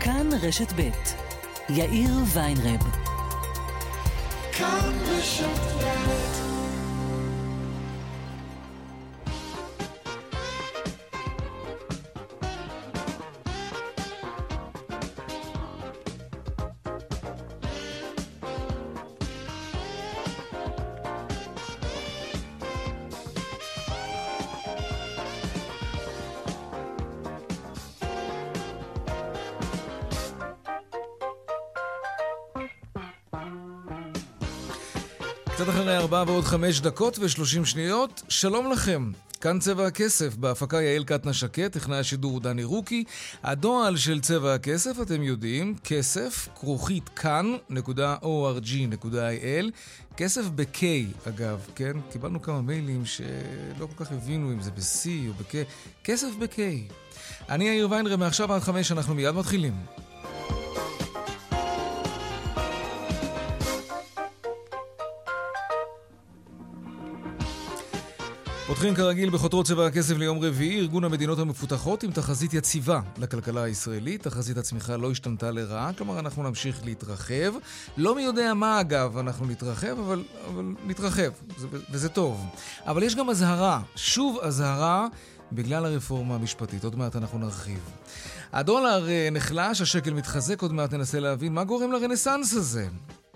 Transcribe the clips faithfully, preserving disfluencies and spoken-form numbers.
כאן רשת ב' יאיר ויינרב. כאן רשת ב'. קצת אחרי ארבע ועוד חמש דקות ושלושים שניות, שלום לכם. כאן צבע הכסף, בהפקה יעל קטנה שקט, טכנאי השידור דני רוקי. הדואל של צבע הכסף, אתם יודעים, כסף, כרוכית כאן, נקודה או אר ג'י נקודה איי אל, כסף ב-K, אגב, כן? קיבלנו כמה מיילים שלא כל כך הבינו אם זה ב-C או ב-K, כסף ב-K. אני יאיר ויינרב, מעכשיו עד חמש, אנחנו מיד מתחילים. פותחים כרגיל בחותרות צבע הכסף ליום רביעי, ארגון המדינות המפותחות עם תחזית יציבה לכלכלה הישראלית. תחזית הצמיחה לא השתנתה לרעה, כלומר אנחנו נמשיך להתרחב. לא מי יודע מה אגב אנחנו נתרחב, אבל, אבל נתרחב, זה, וזה טוב. אבל יש גם הזהרה, שוב הזהרה, בגלל הרפורמה המשפטית. עוד מעט אנחנו נרחיב. הדולר נחלש, השקל מתחזק, עוד מעט ננסה להבין מה גורם לרנסנס הזה.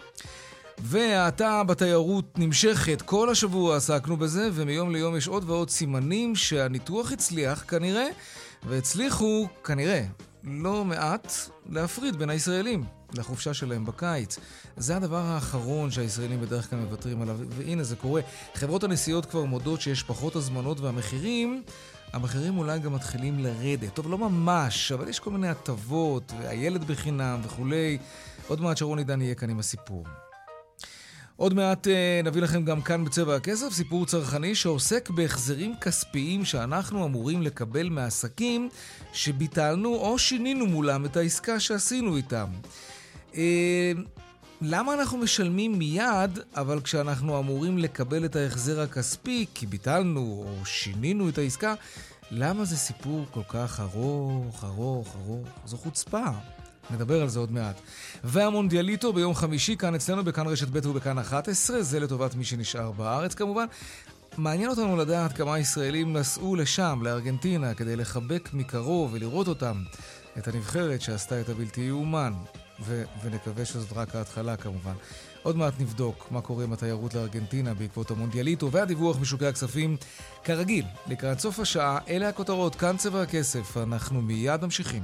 והעתה בתיירות נמשכת, כל השבוע עסקנו בזה, ומיום ליום יש עוד ועוד סימנים שהניתוח הצליח כנראה, והצליחו כנראה לא מעט להפריד בין הישראלים לחופשה שלהם בקיץ. זה הדבר האחרון שהישראלים בדרך כלל מוותרים עליו, והנה זה קורה. חברות הנסיעות כבר מודות שיש פחות הזמנות, והמחירים, המחירים אולי גם מתחילים לרדת. טוב, לא ממש, אבל יש כל מיני הטבות, והילד בחינם וכולי. עוד מעט שרוני דני יהיה כאן עם הסיפור. עוד מעט נביא לכם גם כאן בצבע הכסף סיפור צרכני שעוסק בהחזרים כספיים שאנחנו אמורים לקבל מעסקים שביטלנו או שינינו מולם את העסקה שעשינו איתם. למה אנחנו משלמים מיד, אבל כשאנחנו אמורים לקבל את ההחזר הכספי כי ביטלנו או שינינו את העסקה, למה זה סיפור כל כך ארוך, ארוך, ארוך? זו חוצפה. נדבר על זה עוד מעט. והמונדיאליטו ביום חמישי כאן אצלנו בכאן רשת ב' ובכאן אחת עשרה, זה לטובת מי שנשאר בארץ כמובן. מעניין אותנו לדעת כמה ישראלים נסעו לשם, לארגנטינה, כדי לחבק מקרוב ולראות אותם, את הנבחרת שעשתה את הבלתי יאומן, ו- ונקווה שזאת רק ההתחלה כמובן. עוד מעט נבדוק מה קורה עם התיירות לארגנטינה בעקבות המונדיאליטו, והדיווח משוקי הכספים כרגיל. לקראת סוף השעה, אלה הכותרות, כאן צבע הכסף, אנחנו מיד ממשיכים.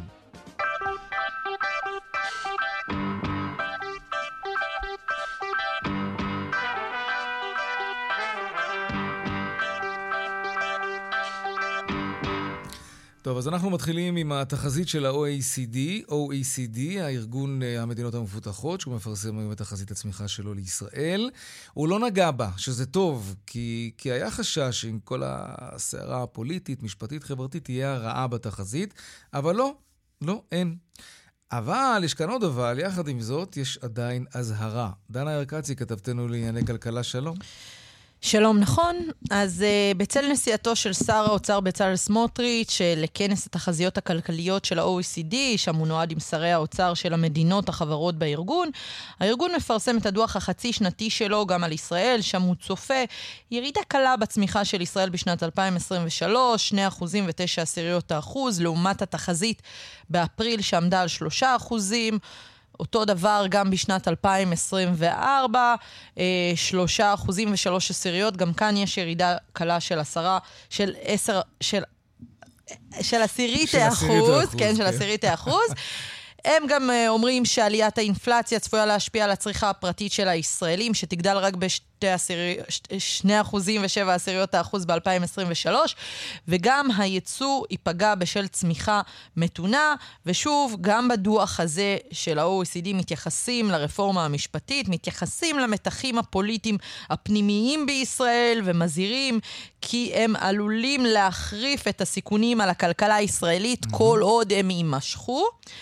טוב, אז אנחנו מתחילים עם התחזית של ה-או אי סי די, או אי סי די, הארגון המדינות המפותחות, שהוא מפרסם היום את תחזית הצמיחה שלו לישראל. הוא לא נגע בה, שזה טוב, כי, כי היה חשש עם כל הסערה הפוליטית, משפטית, חברתית, תהיה הרעה בתחזית, אבל לא, לא, אין. אבל, יש כאן עוד אבל, יחד עם זאת, יש עדיין הזהרה. דנה ירקצי, כתבתנו לענייני כלכלה, שלום. שלום, נכון. אז uh, בצל נסיעתו של שר האוצר בצלאל סמוטריץ' לכנס התחזיות הכלכליות של ה-או אי סי די, שם הוא נועד עם שרי האוצר של המדינות החברות בארגון, הארגון מפרסם את הדוח החצי שנתי שלו גם על ישראל, שם הוא צופה ירידה קלה בצמיחה של ישראל בשנת אלפיים עשרים ושלוש, שני אחוזים ותשע עשיריות האחוז, לעומת התחזית באפריל שעמדה על שלושה אחוזים, אותו דבר גם בשנת אלפיים עשרים וארבע, שלושה אחוזים ושלוש עשיריות, גם כאן יש ירידה קלה של עשרה, של עשר, של, של עשירית האחוז, כן, של עשירית האחוז. הם גם אומרים שעליית האינפלציה צפויה להשפיע על הצריכה הפרטית של הישראלים, שתגדל רק בשני אחוזים ושבע עשיריות האחוז ב-אלפיים עשרים ושלוש, וגם הייצוא ייפגע בשל צמיחה מתונה, ושוב, גם בדוח הזה של ה-או אי סי די מתייחסים לרפורמה המשפטית, מתייחסים למתחים הפוליטיים הפנימיים בישראל, ומזהירים כי הם עלולים להחריף את הסיכונים על הכלכלה הישראלית, כל עוד הם יימשכו.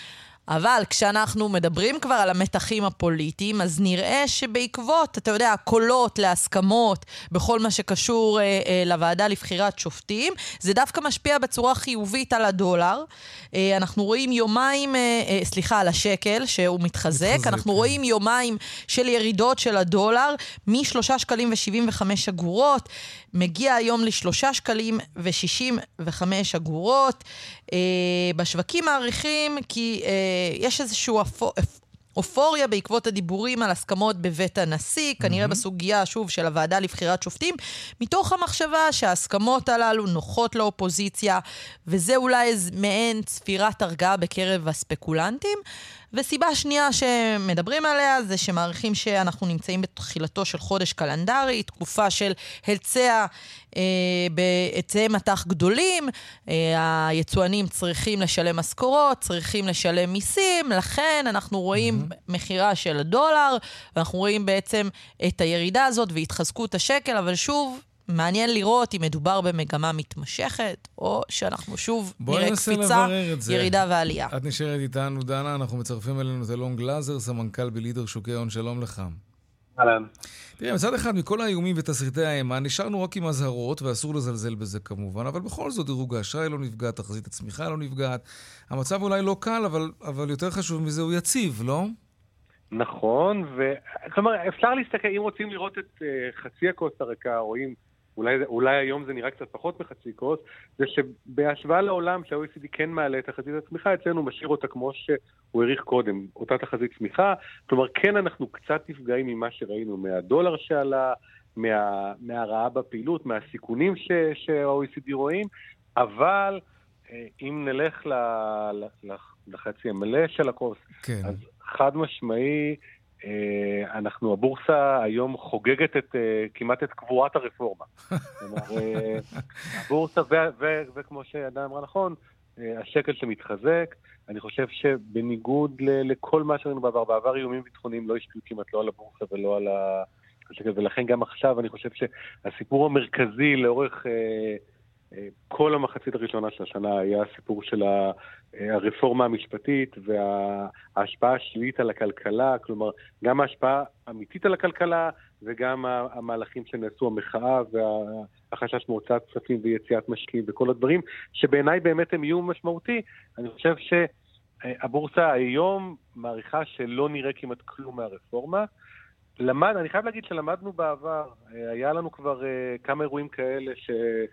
אבל כשאנחנו מדברים כבר על המתחים הפוליטיים, אז נראה שבעקבות, אתה יודע, הקולות להסכמות בכל מה שקשור אה, אה, לוועדה לבחירת שופטים, זה דווקא משפיע בצורה חיובית על הדולר. אה, אנחנו רואים יומיים, אה, אה, סליחה, על השקל, שהוא מתחזק. מתחזק אנחנו כן. רואים יומיים של ירידות של הדולר, משלושה שקלים ושבעים וחמש אגורות, מגיע היום לשלושה שקלים ושישים וחמש אגורות. אה, בשווקים מעריכים כי אה, יש איזשהו אפור, אופוריה בעקבות הדיבורים על הסכמות בבית הנשיא, כנראה mm-hmm. בסוגיה שוב של הוועדה לבחירת שופטים, מתוך המחשבה שההסכמות הללו נוחות לאופוזיציה, וזה אולי מעין צפירת הרגעה בקרב הספקולנטים. וסיבה שנייה שמדברים עליה זה שמעריכים שאנחנו נמצאים בתחילתו של חודש קלנדרי, תקופה של היצע אה, בהיצעי מתח גדולים, אה, היצואנים צריכים לשלם משכורות, צריכים לשלם מיסים, לכן אנחנו רואים mm-hmm. מחירה של הדולר, ואנחנו רואים בעצם את הירידה הזאת והתחזקות השקל, אבל שוב, מעניין לראות אם מדובר במגמה מתמשכת, או שאנחנו שוב נראה קפיצה, ירידה ועלייה. את נשארת איתנו, דנה, אנחנו מצרפים אלינו את אלון גלזר, סמנכ"ל בלידר שוקי הון, שלום לך. אהלן. תראה, מצד אחד, מכל האיומים ותסריטי האימה, נשארנו רק עם הזהרות, ואסור לזלזל בזה כמובן, אבל בכל זאת דירוג האשראי לא נפגעת, תחזית הצמיחה לא נפגעת. המצב אולי לא קל, אבל, אבל יותר חשוב מזה הוא יציב, לא? נכון, ו... כלומר, אפשר להסתכל, אם רוצים לראות את uh, חצי הכוס הריקה, רואים אולי, אולי היום זה נראה קצת פחות מחצי כוס, זה שבהשוואה לעולם שה-או אי סי די כן מעלה את תחזית הצמיחה, אצלנו משאיר אותה כמו שהוא העריך קודם, אותה תחזית צמיחה, כלומר כן אנחנו קצת נפגעים ממה שראינו, מהדולר שעלה, מה, מהרעה בפעילות, מהסיכונים שה-או אי סי די רואים, אבל אם נלך ל, ל, לחצי המלא של הכוס, כן. אז חד משמעי, אנחנו, הבורסה היום חוגגת את, כמעט את קבורת הרפורמה. כלומר, הבורסה, וכמו שאדם אמרה נכון, השקל שמתחזק, אני חושב שבניגוד לכל מה שראינו בעבר, בעבר איומים ביטחוניים לא השפיעו כמעט לא על הבורסה ולא על השקל, ולכן גם עכשיו אני חושב שהסיפור המרכזי לאורך כל המחצית הראשונה של השנה היה הסיפור של הרפורמה המשפטית וההשפעה השלילית על הכלכלה, כלומר גם ההשפעה האמיתית על הכלכלה וגם המהלכים שנעשו, המחאה והחשש מהוצאת כספים ויציאת משקיעים וכל הדברים שבעיניי באמת הם יהיו משמעותי. אני חושב שהבורסה היום מעריכה שלא נראה כמעט כלום מהרפורמה. למד, אני חייב להגיד שלמדנו בעבר, היה לנו כבר כמה אירועים כאלה ש...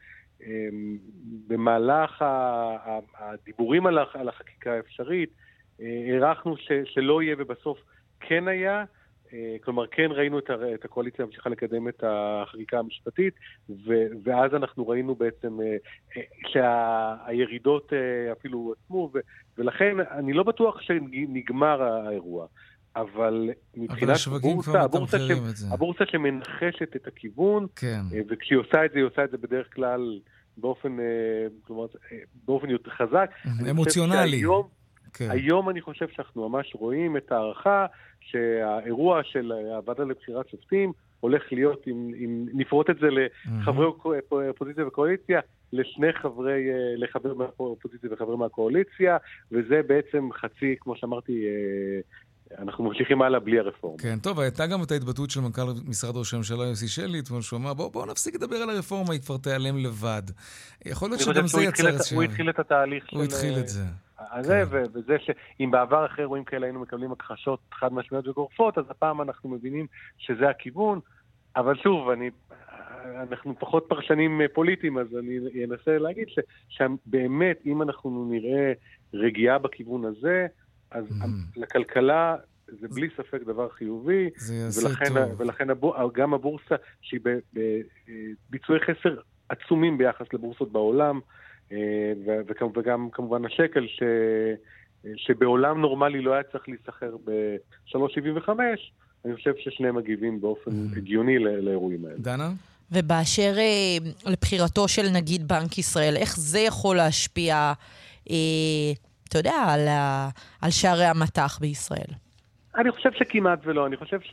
במהלך הדיבורים על החקיקה האפשרית, הערכנו שלא יהיה ובסוף כן היה, כלומר כן ראינו את הקואליציה המשיכה לקדם את החקיקה המשפטית, ואז אנחנו ראינו בעצם שהירידות אפילו עצמו, ולכן אני לא בטוח שנגמר האירוע. אבל מבחינת הבורסה, הבורסה, ש... הבורסה שמנחשת את הכיוון, כן. וכשהיא עושה את זה, היא עושה את זה בדרך כלל באופן, כלומר, באופן יותר חזק. אמוציונלי. היום, כן. היום אני חושב שאנחנו ממש רואים את הערכה שהאירוע של הוועדה לבחירת שופטים הולך להיות, אם, אם נפרוט את זה לחברי אופוזיציה וקואליציה, לשני חברי, לחבר מהאופוזיציה וחבר מהקואליציה, וזה בעצם חצי, כמו שאמרתי, אנחנו ממשיכים הלאה בלי הרפורמה. כן, טוב, הייתה גם את ההתבטאות של מנכ"ל משרד ראש הממשלה יוסי שלי, אתמול שהוא אמר, בואו בוא נפסיק לדבר על הרפורמה, היא כבר תיעלם לבד. יכול להיות שגם זה יצר את הוא התחיל את התהליך הוא התחיל את זה. זה, וזה שאם בעבר אחרי אירועים כאלה היינו מקבלים הכחשות חד משמעיות וגורפות, אז הפעם אנחנו מבינים שזה הכיוון, אבל שוב, אני, אנחנו פחות פרשנים פוליטיים, אז אני אנסה להגיד שבאמת, אם אנחנו נראה רגיעה בכיוון הזה, אז לכלכלה זה בלי ספק דבר חיובי, ולכן, ולכן גם הבורסה שהיא בביצועי חסר עצומים ביחס לבורסות בעולם, וגם כמובן השקל ש, שבעולם נורמלי לא היה צריך להיסחר ב-שלוש שבעים וחמש, אני חושב ששניהם מגיבים באופן הגיוני לאירועים האלה. דנה? ובאשר לבחירתו של נגיד בנק ישראל, איך זה יכול להשפיע אתה יודע, על, ה... על שערי המתח בישראל? אני חושב שכמעט ולא. אני חושב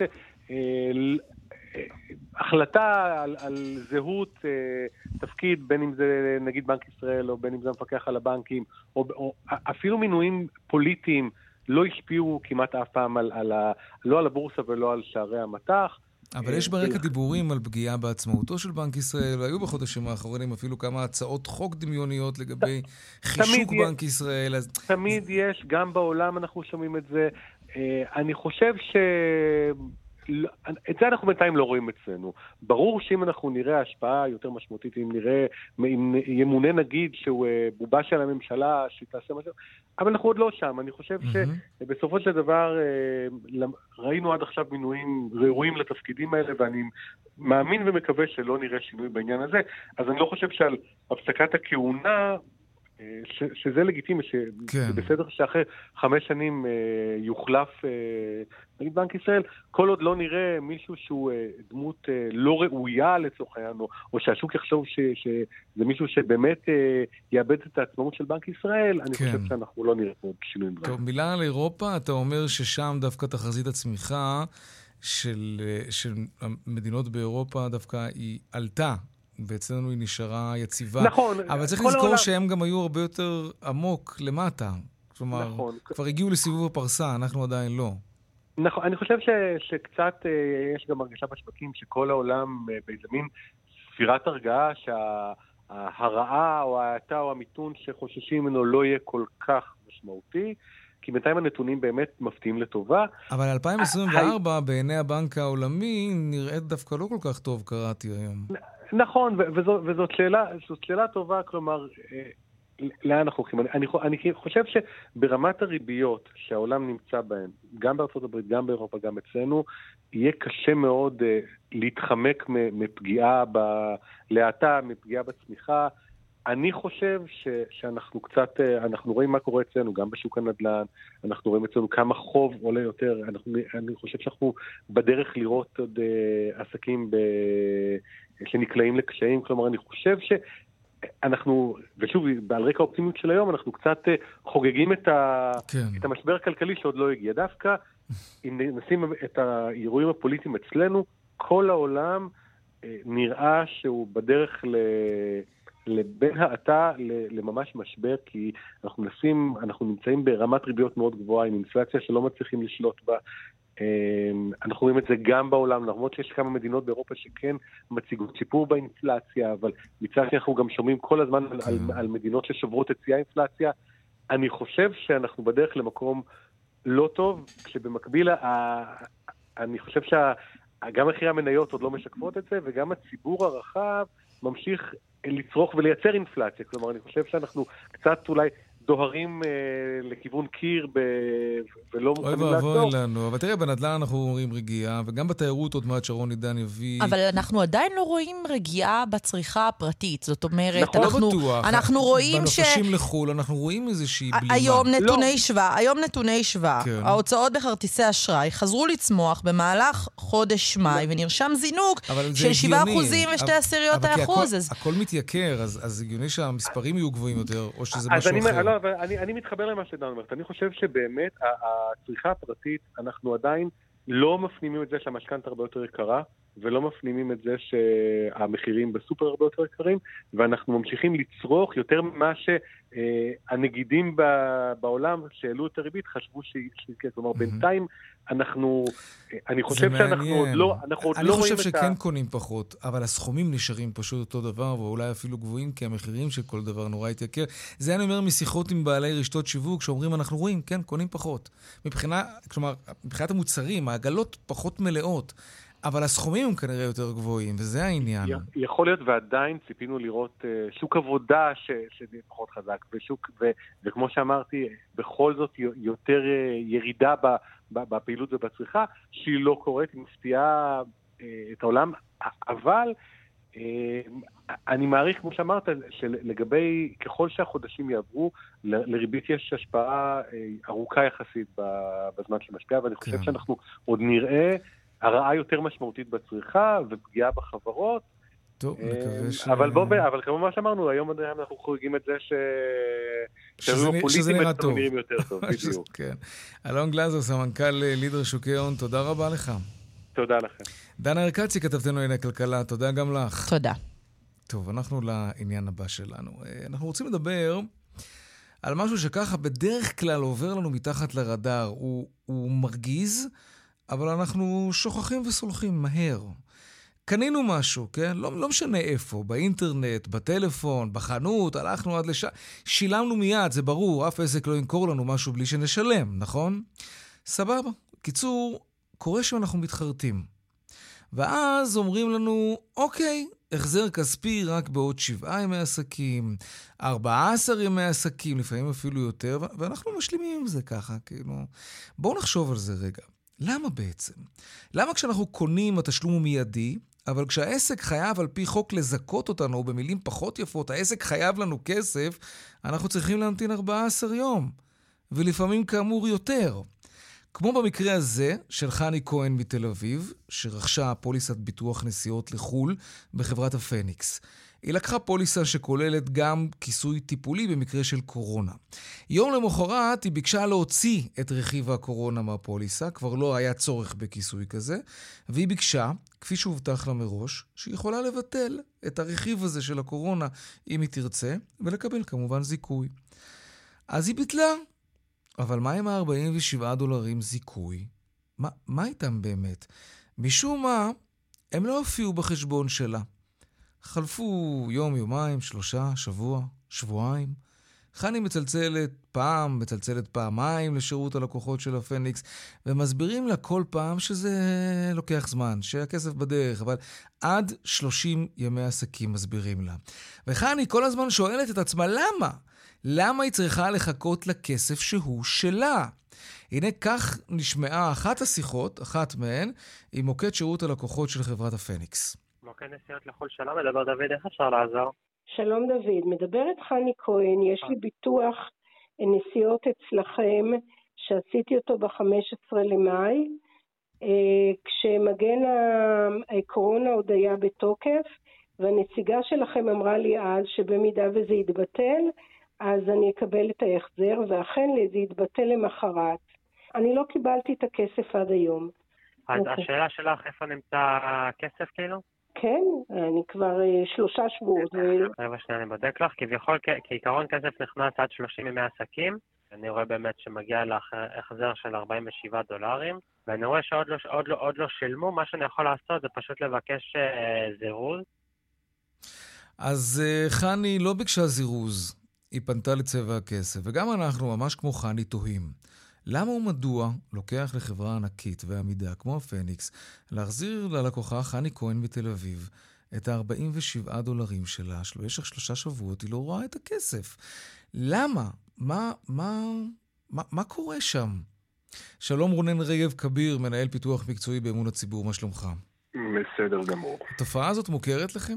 שהחלטה על, על זהות תפקיד, בין אם זה נגיד בנק ישראל, או בין אם זה המפקח על הבנקים, או, או אפילו מינויים פוליטיים לא השפיעו כמעט אף פעם על, על ה, לא על הבורסה ולא על שערי המטח. אבל יש ברקע דיבורים על פגיעה בעצמאותו של בנק ישראל, היו בחודשים האחרונים אפילו כמה הצעות חוק דמיוניות לגבי חישוק בנק ישראל. תמיד יש, גם בעולם אנחנו שומעים את זה. אני חושב ש... את זה אנחנו בינתיים לא רואים אצלנו. ברור שאם אנחנו נראה השפעה יותר משמעותית, אם נראה, אם ימונה נגיד שהוא בובה של הממשלה, שתעשה משהו, אבל אנחנו עוד לא שם. אני חושב שבסופו של דבר ראינו עד עכשיו מינויים ראויים לתפקידים האלה, ואני מאמין ומקווה שלא נראה שינוי בעניין הזה. אז אני לא חושב שעל הפסקת הכהונה, ש, שזה לגיטימי, שבסדר כן. שאחרי חמש שנים אה, יוחלף אה, נגיד בנק ישראל, כל עוד לא נראה מישהו שהוא אה, דמות אה, לא ראויה לצורך העניין, או, או שהשוק יחשוב ש, שזה מישהו שבאמת אה, יאבד את העצמאות של בנק ישראל, אני כן. חושב שאנחנו לא נראה פה שינויים. טוב, מילה על אירופה, אתה אומר ששם דווקא תחזית הצמיחה של, של המדינות באירופה דווקא היא עלתה. ואצלנו היא נשארה יציבה. נכון. אבל צריך לזכור העולם... שהם גם היו הרבה יותר עמוק למטה. כלומר, נכון. כבר הגיעו לסיבוב הפרסה, אנחנו עדיין לא. נכון, אני חושב ש, שקצת יש גם הרגשה בשווקים שכל העולם באיזה מין ספירת הרגעה שההרעה או ההאטה או המיתון שחוששים ממנו לא יהיה כל כך משמעותי. כי בינתיים הנתונים באמת מפתיעים לטובה. אבל אלפיים עשרים וארבע בעיני הבנק העולמי נראית דווקא לא כל כך טוב, קראתי היום. נכון, וזו, וזאת שאלה, זאת שאלה טובה, כלומר, לאן אנחנו הולכים? אני, אני חושב שברמת הריביות שהעולם נמצא בהן, גם בארצות הברית, גם באירופה, גם אצלנו, יהיה קשה מאוד להתחמק מפגיעה להאטה, מפגיעה בצמיחה. אני חושב ש, שאנחנו קצת, אנחנו רואים מה קורה אצלנו, גם בשוק הנדל"ן, אנחנו רואים אצלנו כמה חוב עולה יותר, אנחנו, אני חושב שאנחנו בדרך לראות עוד uh, עסקים ב, שנקלעים לקשיים, כלומר אני חושב שאנחנו, ושוב, בעל רקע האופטימיות של היום, אנחנו קצת uh, חוגגים את, ה, כן. את המשבר הכלכלי שעוד לא הגיע. דווקא, אם נשים את האירועים הפוליטיים אצלנו, כל העולם uh, נראה שהוא בדרך ל... לבין האטה לממש משבר, כי אנחנו נשים, אנחנו נמצאים ברמת ריביות מאוד גבוהה, עם אינפלציה שלא מצליחים לשלוט בה. אנחנו רואים את זה גם בעולם, למרות שיש כמה מדינות באירופה שכן מציגות שיפור באינפלציה, אבל מצד שאנחנו גם שומעים כל הזמן על, על, על מדינות ששוברות את שיא האינפלציה. אני חושב שאנחנו בדרך למקום לא טוב, כשבמקביל, אני חושב שגם מחירי המניות עוד לא משקפות את זה, וגם הציבור הרחב ממשיך לצרוך ולייצר אינפלציה. כלומר, אני חושב שאנחנו קצת אולי דוהרים אה, לכיוון קיר ב... ולא מוכנים לעצור. אוי ואבוי לנו. אבל תראה, בנדל"ן אנחנו רואים רגיעה, וגם בתיירות עוד מעט שרון עידן יביא... אבל אנחנו עדיין לא רואים רגיעה בצריכה הפרטית. זאת אומרת, נכון, אנחנו, לא בטוח. אנחנו רואים ש... בנופשים לחול, אנחנו רואים איזושהי בלימה. היום נתוני לא. שווה, היום נתוני שווה. כן. ההוצאות בכרטיסי אשראי חזרו לצמוח במהלך חודש מאי, לא. ונרשם זינוק של שבעה אחוזים ושתי עשיריות האחוז. אז... הכל מתייקר, אז, אז הגיוני שהמספרים יהיו גבוהים יותר, או שזה משהו אני, אחר. לא, אבל אני, אני מתחבר למה שדן אומרת. אני חושב שבאמת הצריכה הפרטית, אנחנו עדיין לא מפנימים את זה שהמשכנתא הרבה יותר יקרה, ולא מפנימים את זה שהמחירים בסופר הרבה יותר יקרים, ואנחנו ממשיכים לצרוך יותר ממה שהנגידים בעולם שהעלו את הריבית חשבו שיקרה. כלומר, בינתיים אנחנו, אני חושב שאנחנו עוד לא, אנחנו עוד לא רואים את ה... אני חושב שכן קונים פחות, אבל הסכומים נשארים פשוט אותו דבר, ואולי אפילו גבוהים, כי המחירים של כל דבר נורא התייקר. זה אני אומר משיחות עם בעלי רשתות שיווק, שאומרים, אנחנו רואים, כן, קונים פחות. מבחינה, כלומר, מבחינת המוצרים, העגלות פחות מלאות, אבל הסכומים הם כנראה יותר גבוהים, וזה העניין. יכול להיות, ועדיין ציפינו לראות שוק עבודה שזה פחות חזק, ושוק, ו, וכמו שאמרתי, בכל זאת יותר ירידה ב, ב, בפעילות ובצריכה, שהיא לא קורית, היא מפתיעה את העולם, אבל אני מעריך, כמו שאמרת, שלגבי, ככל שהחודשים יעברו, לריבית יש השפעה ארוכה יחסית בזמן שמשפיעה, ואני חושב שאנחנו עוד נראה הרעה יותר משמעותית בצריכה ופגיעה בחברות. טוב, נקווה ש... אבל בוא, אבל כמו מה שאמרנו, היום אנחנו חוגגים את זה ש... שזה נראה טוב. נראים יותר טוב, בדיוק. כן. אלון גלזר, סמנכ"ל לידר שוקי הון, תודה רבה לך. תודה לכם. דנה ארקצי, כתבתנו לענייני כלכלה, תודה גם לך. תודה. טוב, אנחנו לעניין הבא שלנו. אנחנו רוצים לדבר על משהו שככה בדרך כלל עובר לנו מתחת לרדאר. הוא, הוא מרגיז, אבל אנחנו שוכחים וסולחים מהר. קנינו משהו, כן? לא, לא משנה איפה, באינטרנט, בטלפון, בחנות, הלכנו עד לשם, שילמנו מיד, זה ברור, אף עסק לא ינקור לנו משהו בלי שנשלם, נכון? סבבה. קיצור, קורה שאנחנו מתחרטים. ואז אומרים לנו, אוקיי, החזר כספי רק בעוד שבעה ימי עסקים, ארבעה עשר ימי עסקים, לפעמים אפילו יותר, ואנחנו משלימים עם זה ככה, כאילו. בואו נחשוב על זה רגע. למה בעצם? למה כשאנחנו קונים התשלום הוא מיידי, אבל כשהעסק חייב על פי חוק לזכות אותנו, או במילים פחות יפות, העסק חייב לנו כסף, אנחנו צריכים להמתין ארבעה עשר יום, ולפעמים כאמור יותר. כמו במקרה הזה של חני כהן מתל אביב, שרכשה פוליסת ביטוח נסיעות לחול בחברת הפניקס. היא לקחה פוליסה שכוללת גם כיסוי טיפולי במקרה של קורונה. יום למחרת היא ביקשה להוציא את רכיב הקורונה מהפוליסה, כבר לא היה צורך בכיסוי כזה, והיא ביקשה, כפי שהובטח לה מראש, שהיא יכולה לבטל את הרכיב הזה של הקורונה אם היא תרצה, ולקבל כמובן זיכוי. אז היא ביטלה. אבל מה עם ה-ארבעים ושבעה דולרים זיכוי? מה, מה איתם באמת? משום מה, הם לא הופיעו בחשבון שלה. חלפו יום, יומיים, שלושה, שבוע, שבועיים. חני מצלצלת פעם, מצלצלת פעמיים לשירות הלקוחות של הפניקס, ומסבירים לה כל פעם שזה לוקח זמן, שהכסף בדרך, אבל עד שלושים ימי עסקים מסבירים לה. וחני כל הזמן שואלת את עצמה, למה? למה היא צריכה לחכות לכסף שהוא שלה? הנה כך נשמעה אחת השיחות, אחת מהן, עם מוקד שירות הלקוחות של חברת הפניקס. מוקד נסיעות לחול, שלום, מדבר דוד, איך אפשר לעזור? שלום דוד, מדברת חני כהן, יש לי ביטוח נסיעות אצלכם, שעשיתי אותו ב-חמישה עשר למאי, כשמגן הקורונה עוד היה בתוקף, והנציגה שלכם אמרה לי אז שבמידה וזה יתבטל, אז אני אקבל את ההחזר, ואכן זה יתבטל למחרת. אני לא קיבלתי את הכסף עד היום. אז okay. השאלה שלך, איפה נמצא הכסף כאילו? כן, אני כבר שלושה שבועות. רבע שנייה אני בודק לך, כביכול כעיקרון כסף נכנס עד שלושים ימי עסקים, אני רואה באמת שמגיע לך החזר של ארבעים ושבעה דולרים, ואני רואה שעוד לא, עוד לא, עוד לא שילמו, מה שאני יכול לעשות זה פשוט לבקש אה, זירוז. אז אה, חני לא ביקשה זירוז. היא פנתה לצבע הכסף, וגם אנחנו, ממש כמו חני, תוהים. למה ומדוע לוקח לחברה ענקית ועמידה, כמו הפניקס, להחזיר ללקוחה חני כהן בתל אביב את ה-ארבעים ושבעה דולרים שלה, שלו יש לך שלושה שבועות, היא לא רואה את הכסף. למה? מה, מה, מה, מה קורה שם? שלום רונן רגב כביר, מנהל פיתוח מקצועי באמון הציבור, מה שלומך? בסדר גמור. התופעה הזאת מוכרת לכם?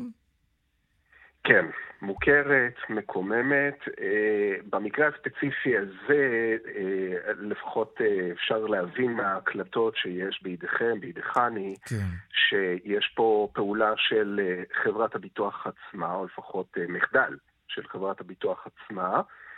כן, מוכרת, מקוממת. אה, במקרה הספציפי הזה, אה, לפחות אה, אפשר להבין מההקלטות שיש בידיכם, בידי חני, כן. שיש פה פעולה של אה, חברת הביטוח עצמה, או לפחות אה, מחדל של חברת הביטוח עצמה,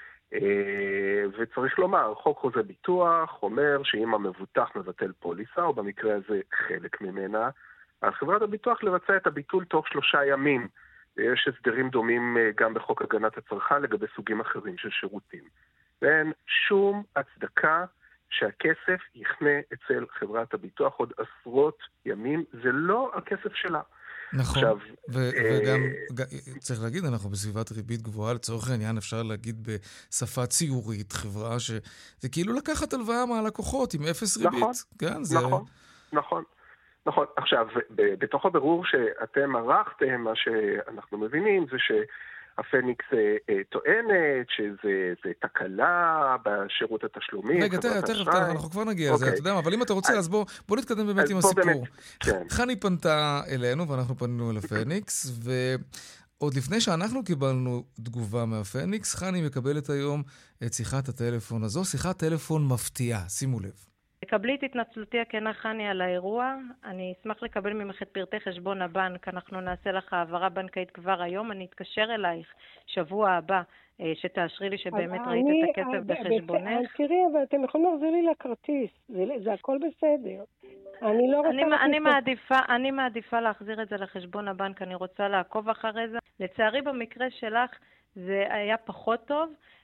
אה, וצריך לומר, חוק חוזה ביטוח אומר שאם המבוטח מבטל פוליסה, או במקרה הזה חלק ממנה, על חברת הביטוח לבצע את הביטול תוך שלושה ימים. יש הסדרים דומים גם בחוק הגנת הצרכן לגבי סוגים אחרים של שירותים. ואין שום הצדקה שהכסף יכנה אצל חברת הביטוח עוד עשרות ימים. זה לא הכסף שלה. נכון, עכשיו, ו- וגם צריך להגיד, אנחנו בסביבת ריבית גבוהה, לצורך העניין אפשר להגיד בשפה ציורית, חברה שזה כאילו לקחת הלוואה מהלקוחות עם אפס ריבית. נכון, כן, זה... נכון, נכון. נכון, עכשיו, בתוך הבירור שאתם ערכתם, מה שאנחנו מבינים זה שהפניקס טוענת שזה תקלה בשירות התשלומים. רגע, תכף, תכף, אנחנו כבר נגיע לזה, אתה יודע מה, אבל אם אתה רוצה, אז בוא נתקדם באמת עם הסיפור. חני פנתה אלינו, ואנחנו פנינו אל הפניקס, ועוד לפני שאנחנו קיבלנו תגובה מהפניקס, חני מקבלת היום את שיחת הטלפון הזו, שיחת טלפון מפתיעה, שימו לב. קבלי את התנצלותי הכנה חני על האירוע, אני אשמח לקבל ממך את פרטי חשבון הבנק, אנחנו נעשה לך העברה בנקאית כבר היום, אני אתקשר אלייך שבוע הבא שתאשרי לי שבאמת ראית את הכסף בחשבונך. תראי, אבל אתם יכולים להחזיר לי לכרטיס, זה הכל בסדר. אני לא רוצה... אני מעדיפה, אני מעדיפה להחזיר את זה לחשבון הבנק, אני רוצה לעקוב אחרי זה. לצערי במקרה שלך זה היה פחות טוב,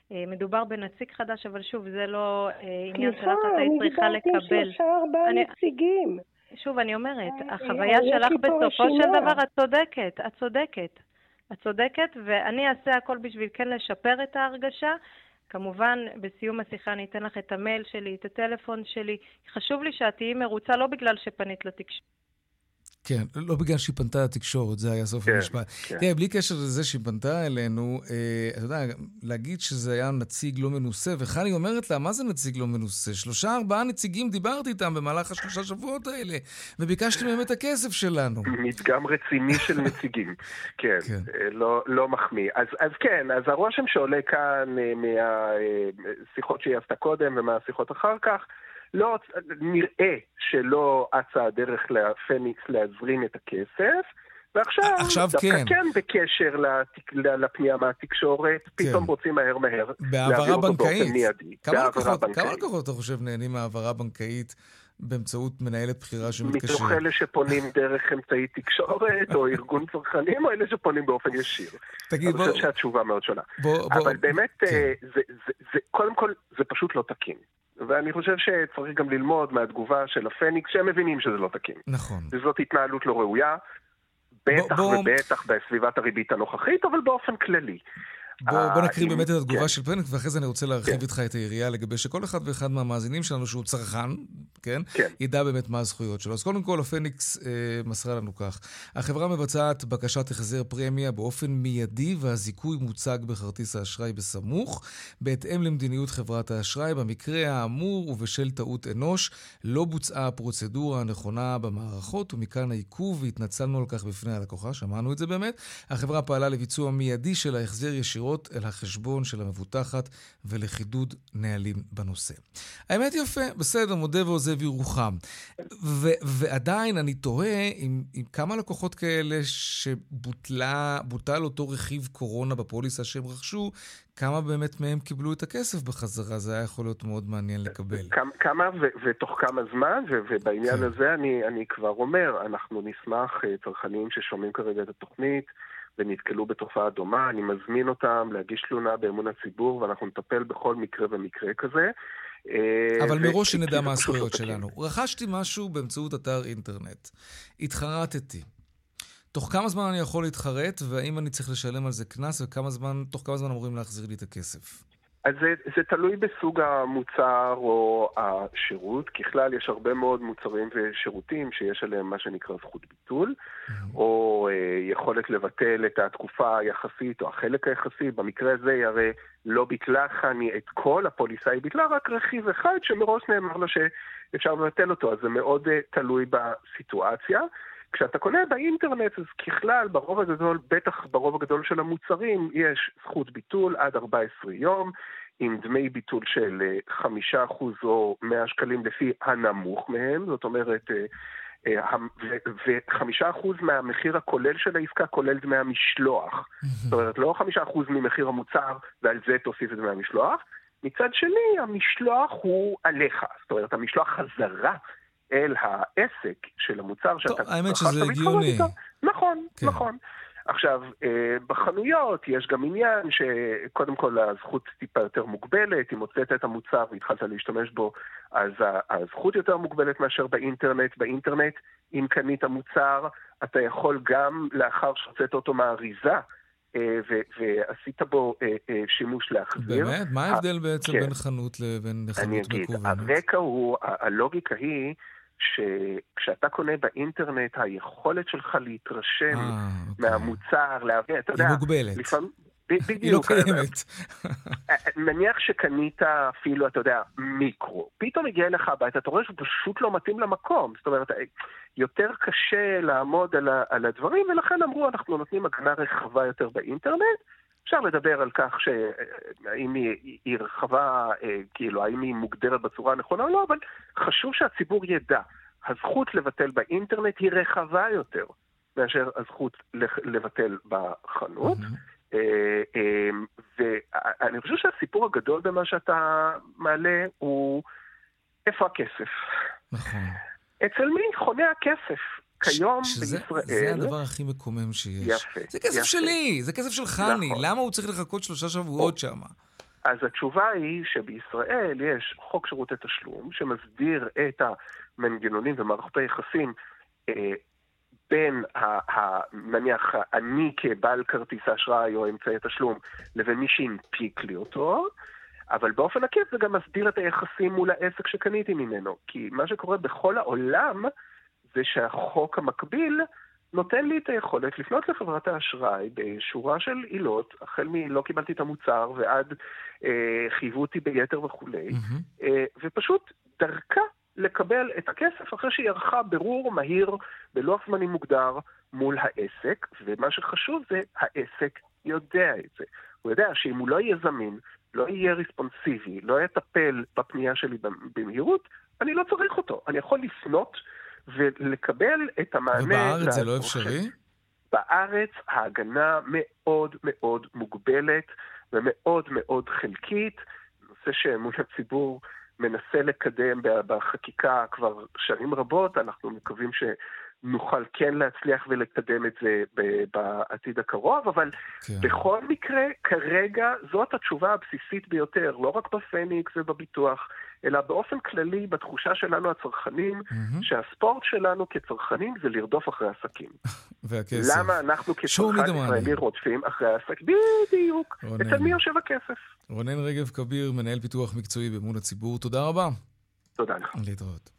מדובר בנציג חדש, אבל שוב, זה לא עניין שלך, את היית צריכה לקבל. אני דיברתי שלושה ארבעה נציגים. שוב, אני אומרת, החוויה שלך בסופו של דבר, את צודקת, את צודקת. את צודקת, ואני אעשה הכל בשביל כן לשפר את ההרגשה. כמובן, בסיום השיחה אני אתן לך את המייל שלי, את הטלפון שלי. חשוב לי שאת תהיי מרוצה, לא בגלל שפנית לתקשורת. כן, לא בגלל שהיא פנתה לתקשורת, זה היה סוף המשפט. תראה, בלי קשר לזה שהיא פנתה אלינו, אתה יודע, להגיד שזה היה נציג לא מנוסה, וחני אומרת לה, מה זה נציג לא מנוסה? שלושה, ארבעה נציגים דיברתי איתם במהלך השלושה שבועות האלה, וביקשתי מהם את הכסף שלנו. מדגם רציני של נציגים, כן, לא מחמיא. אז כן, אז הרושם שעולה כאן מהשיחות שהיא עשתה קודם ומהשיחות אחר כך, לא, נראה שלא אצה הדרך לפניקס להזרים את הכסף, ועכשיו, עכשיו דווקא כן. כן בקשר לתק... לפנייה מהתקשורת, כן. פתאום רוצים מהר מהר להעביר אותו באופן מיידי. כמה לקוחות אתה חושב נהנים מהעברה בנקאית באמצעות מנהלת בחירה שמתקשר? מתוך אלה שפונים דרך אמצעי תקשורת, או ארגון צרכנים, או אלה שפונים באופן ישיר. תגיד, בוא... אני חושב שהתשובה מאוד שונה. בוא, אבל בוא... באמת, כן. זה, זה, זה, קודם כל, זה פשוט לא תקין. ואני חושב שצריך גם ללמוד מהתגובה של הפניקס, שהם מבינים שזה לא תקין. נכון. וזאת התנהלות לא ראויה, בטח בוא, ובטח בוא... בסביבת הריבית הנוכחית, אבל באופן כללי. בוא, בוא נקריא באמת את התגובה כן. של פניקס, ואחרי זה אני רוצה להרחיב כן. איתך את היריעה לגבי שכל אחד ואחד מהמאזינים שלנו שהוא צרכן, כן? כן. ידע באמת מה הזכויות שלו. אז קודם כל, הפניקס אה, מסרה לנו כך. החברה מבצעת בקשת החזר פרמיה באופן מיידי, והזיכוי מוצג בכרטיס האשראי בסמוך, בהתאם למדיניות חברת האשראי. במקרה האמור ובשל טעות אנוש, לא בוצעה הפרוצדורה הנכונה במערכות, ומכאן העיכוב, והתנצלנו על כך בפני הלקוחה, שמענו את זה באמת. החברה פעלה לביצוע מיידי של ההחזר ישירות אל החשבון של המבוטחת ולחידוד נהלים בנושא. האמת יפה, בסדר, מודה ועוזב ירוחם. ו- ועדיין אני תוהה עם, עם כמה לקוחות כאלה שבוטלה, בוטל אותו רכיב קורונה בפוליסה שהם רכשו, כמה באמת מהם קיבלו את הכסף בחזרה, זה היה יכול להיות מאוד מעניין לקבל. כמה ו- ותוך כמה זמן, ו- ובעניין כן. הזה אני, אני כבר אומר, אנחנו נשמח, צרכנים ששומעים כרגע את התוכנית, ונתקלו בתופעה דומה, אני מזמין אותם להגיש תלונה באמון הציבור, ואנחנו נטפל בכל מקרה ומקרה כזה. אבל מראש שנדע מה הזכויות שלנו. רכשתי משהו באמצעות אתר אינטרנט. התחרטתי. תוך כמה זמן אני יכול להתחרט, והאם אני צריך לשלם על זה כנס, וכמה זמן, תוך כמה זמן אמורים להחזיר לי את הכסף? אז זה, זה תלוי בסוג המוצר או השירות. ככלל יש הרבה מאוד מוצרים ושירותים שיש עליהם מה שנקרא זכות ביטול, mm-hmm. או אה, יכולת לבטל את התקופה היחסית או החלק היחסי. במקרה הזה הרי לא ביטלה חני את כל הפוליסה, היא ביטלה רק רכיב אחד שמראש נאמר לה שאפשר לבטל אותו, אז זה מאוד אה, תלוי בסיטואציה. כשאתה קונה באינטרנט, אז ככלל, ברוב הגדול, בטח ברוב הגדול של המוצרים, יש זכות ביטול עד ארבעה עשר יום, עם דמי ביטול של חמישה אחוז או מאה שקלים לפי הנמוך מהם, זאת אומרת, ו-חמישה אחוז מהמחיר הכולל של העסקה כולל דמי המשלוח. זאת אומרת, לא חמישה אחוז ממחיר המוצר, ועל זה תוסיף את דמי המשלוח. מצד שני, המשלוח הוא עליך, זאת אומרת, המשלוח חזרה, אל העסק של המוצר טוב, שאתה... האמת שזה הגיוני. נכון, כן. נכון. עכשיו, בחנויות יש גם עניין שקודם כל הזכות טיפה יותר מוגבלת, אם הוצאת את המוצר והתחלת להשתמש בו, אז הזכות יותר מוגבלת מאשר באינטרנט. באינטרנט, אם קנית מוצר, אתה יכול גם לאחר שהוצאת אותו מהאריזה, ועשית בו שימוש להחזיר. באמת? מה ההבדל בעצם בין חנות לבין חנות מקוונת? הרקע הוא, הלוגיקה היא, שכשאתה קונה באינטרנט, היכולת שלך להתרשם מהמוצר, להבין, אתה יודע, היא מוגבלת. היא לא קיימת. נניח שקנית אפילו, אתה יודע, מיקרו. פתאום הגיע לך הבית, אתה רואה שפשוט לא מתאים למקום. זאת אומרת, יותר קשה לעמוד על הדברים, ולכן אמרו, אנחנו נותנים הגנה רחבה יותר באינטרנט. אפשר לדבר על כך שהאם היא רחבה, כאילו, האם היא מוגדרת בצורה הנכונה או לא, אבל חשוב שהציבור ידע. הזכות לבטל באינטרנט היא רחבה יותר מאשר הזכות לבטל בחנות. ואני חושב שהסיפור הגדול במה שאתה מעלה הוא איפה הכסף. נכון. אצל מי חונה הכסף? כיום שזה, בישראל... זה הדבר הכי מקומם שיש. יפה. זה כסף יפה. שלי, זה כסף של חני. נכון. למה הוא צריך לחכות שלושה שבועות שם? אז התשובה היא שבישראל יש חוק שירותי תשלום שמסדיר את המנגנונים ומערכות היחסים אה, בין, ה, ה, נניח, אני כבעל כרטיס האשראי או אמצעי תשלום, לבין מי שהנפיק לי אותו, אבל באופן עקיף זה גם מסדיר את היחסים מול העסק שקניתי ממנו. כי מה שקורה בכל העולם זה שהחוק המקביל נותן לי את היכולת לפנות לחברת האשראי בשורה של עילות, החל מלא קיבלתי את המוצר ועד אה, חייבו אותי ביתר וכו', mm-hmm. אה, ופשוט דרכה לקבל את הכסף אחרי שהיא ערכה ברור מהיר בלוח זמנים מוגדר מול העסק, ומה שחשוב זה העסק יודע את זה. הוא יודע שאם הוא לא יהיה זמין, לא יהיה ריספונסיבי, לא יטפל בפנייה שלי במהירות, אני לא צריך אותו. אני יכול לפנות ולקבל את המענה. ובארץ זה לא אפשרי? בארץ ההגנה מאוד מאוד מוגבלת ומאוד מאוד חלקית. נושא שאמון הציבור מנסה לקדם בחקיקה כבר שנים רבות, אנחנו מקווים שנוכל כן להצליח ולקדם את זה בעתיד הקרוב, אבל כן. בכל מקרה, כרגע זאת התשובה הבסיסית ביותר, לא רק בפניקס ובביטוח, אלא באופן כללי בתחושה שלנו הצרכנים, mm-hmm. שהספורט שלנו כצרכנים זה לרדוף אחרי עסקים. והכסף. למה אנחנו כצרכן ישראלי רודפים אחרי העסק? בדיוק. רונן. אצל מי יושב הכסף? רונן רגב כביר, מנהל פיתוח מקצועי באמון הציבור. תודה רבה. תודה לך. להתראות.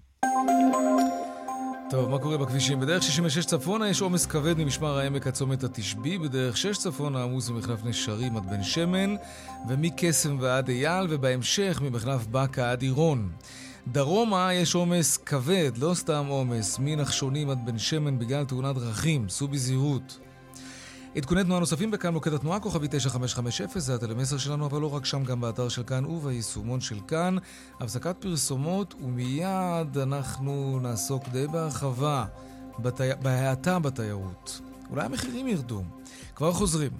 טוב, מה קורה בכבישים? בדרך שישים ושש צפונה יש עומס כבד ממשמר העמק עד צומת התשבי, בדרך שש צפונה עמוס ממחלף נשרים עד בן שמן, ומקסם ועד אייל, ובהמשך ממחלף בקה עד עירון. דרומה יש עומס כבד, לא סתם עומס, מנחשונים עד בן שמן בגלל תאונת דרכים, סעו בזהירות. עדכוני תנועה נוספים בכאן מוקד התנועה, כוכבי תשע חמש חמש אפס, זה הטלמסר שלנו, אבל לא רק שם, גם באתר של כאן וביישומון של כאן. הפסקת פרסומות, ומיד אנחנו נעסוק די בהרחבה בתי... בהאטה בתיירות. אולי המחירים ירדו. כבר חוזרים.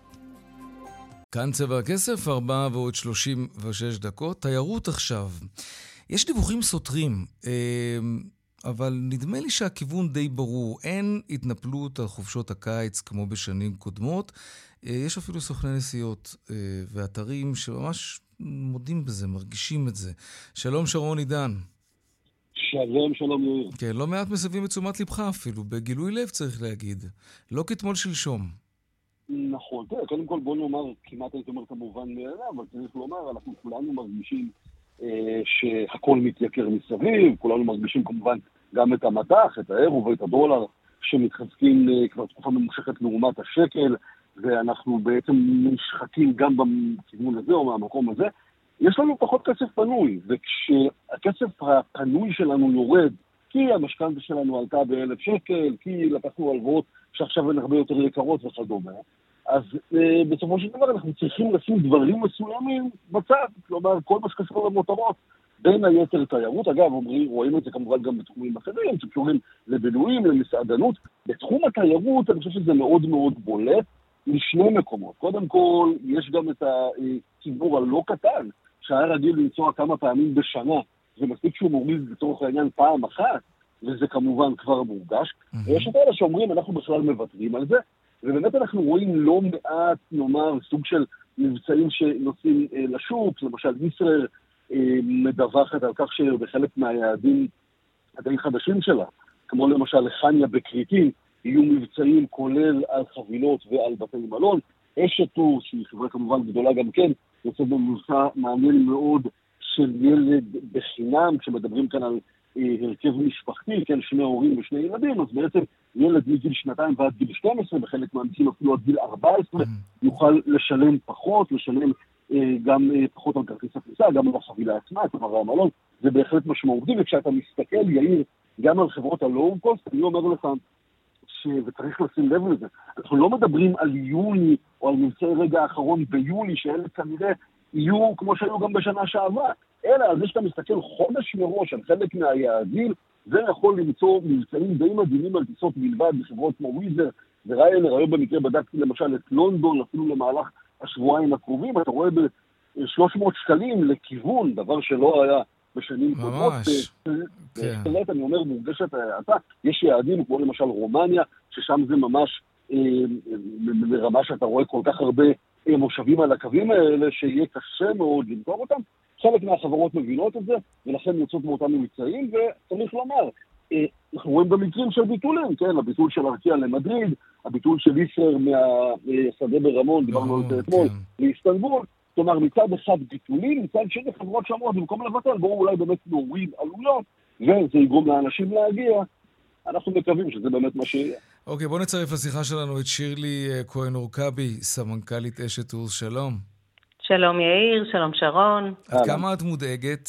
כאן צבע הכסף, ארבע ועוד שלושים ושש דקות. תיירות עכשיו. יש דיווחים סותרים, אבל נדמה לי שהכיוון די ברור. אין התנפלות על חופשות הקיץ כמו בשנים קודמות. יש אפילו סוכני נסיעות ואתרים שממש מודים בזה, מרגישים את זה. שלום שרון עידן. שלום, שלום יאיר. כן, לא מעט מסבים את תשומת לבך אפילו, בגילוי לב צריך להגיד. לא כתמול שלשום. נכון, תראה, קודם כל בוא נאמר, כמעט הייתי אומר את המובן מאליו, אבל צריך לומר, אנחנו כולנו מרגישים אה, שהכל מתייקר מסביב, כולנו מרגישים כמובן גם את המטח, את האירו ואת הדולר, שמתחזקים אה, כבר תקופה ממושכת לעומת השקל, ואנחנו בעצם נשחקים גם בכיוון הזה או מהמקום הזה. יש לנו פחות כסף פנוי, וכשהכסף הפנוי שלנו יורד, כי המשכנתא שלנו עלתה באלף שקל, כי לקחנו הלוואות שעכשיו הן הרבה יותר יקרות וכדומה, אז אה, בסופו של דבר אנחנו צריכים לשים דברים מסוימים בצד, כלומר כל מה שקשור למותרות, בין היתר תיירות, אגב, אומרים, רואים את זה כמובן גם בתחומים אחרים, שקשורים לבילויים, למסעדנות. בתחום התיירות אני חושב שזה מאוד מאוד בולט משני מקומות. קודם כל, יש גם את הציבור הלא קטן, שהיה רגיל למצוא כמה פעמים בשנה, זה מספיק שהוא מוריד לצורך העניין פעם אחת, וזה כמובן כבר מורגש. Mm-hmm. יש את אלה שאומרים, אנחנו בכלל מוותרים על זה, ובאמת אנחנו רואים לא מעט, נאמר, סוג של מבצעים שנוסעים אה, לשוק, למשל ישראל אה, מדווחת על כך שבחלק מהיעדים עדיין חדשים שלה, כמו למשל לחניה בקריטים, יהיו מבצעים כולל על חבילות ועל בתי מלון. אשת טור, שהיא חברה כמובן גדולה גם כן, יוצא במבצע מעניין מאוד של ילד בחינם, כשמדברים כאן על אה, הרכב משפחתי, כן, שני הורים ושני ילדים, אז בעצם ילד מגיל שנתיים ועד גיל שתים עשרה, בחלק מהמקרים אפילו עד גיל ארבע עשרה, יוכל לשלם פחות, לשלם אה, גם אה, פחות על כרטיס הכניסה, גם על החבילה עצמה, כלומר המלון, זה בהחלט משמעותי, וכשאתה מסתכל, יאיר, גם על חברות הלואו קוסט, אני אומר לך, וצריך לשים לב לזה. אנחנו לא מדברים על יוני או על מבצעי רגע האחרון ביולי, שאלה כנראה יהיו כמו שהיו גם בשנה שעברה. אלא, אז שאתה מסתכל חודש מראש על חלק מהיעדים, זה יכול למצוא מבצעים די מדהימים על טיסות בלבד בחברות כמו וויזר וריינר. היום במקרה בדקתי למשל את לונדון, אפילו למהלך השבועיים הקרובים, אתה רואה ב-שלוש מאות שקלים לכיוון, דבר שלא היה בשנים קודמות. באמת, אני אומר, מורגשת האטה. יש יעדים כמו למשל רומניה, ששם זה ממש לרמה שאתה רואה כל כך הרבה מושבים על הקווים האלה, שיהיה קשה מאוד למכור אותם. חלק מהחברות מבינות את זה, ולכן יוצאות מאותם מבצעים, וצריך לומר, אנחנו רואים במקרים של ביטולים, כן, הביטול של ארקיע למדריד, הביטול של ישראייר מהשדה ברמון, דיברנו על זה אתמול, לאיסטנבול, כלומר מצד אחד ביטולים, מצד שני חברות שאמרות, במקום לבטל, בואו אולי באמת נוריד עלויות, וזה יגרום לאנשים להגיע, אנחנו מקווים שזה באמת מה שיהיה. אוקיי, בואו נצרף לשיחה שלנו את שירלי כהן אורקבי, סמנכ"לית אשת טורס, שלום. שלום יאיר, שלום שרון. עד כמה את מודאגת?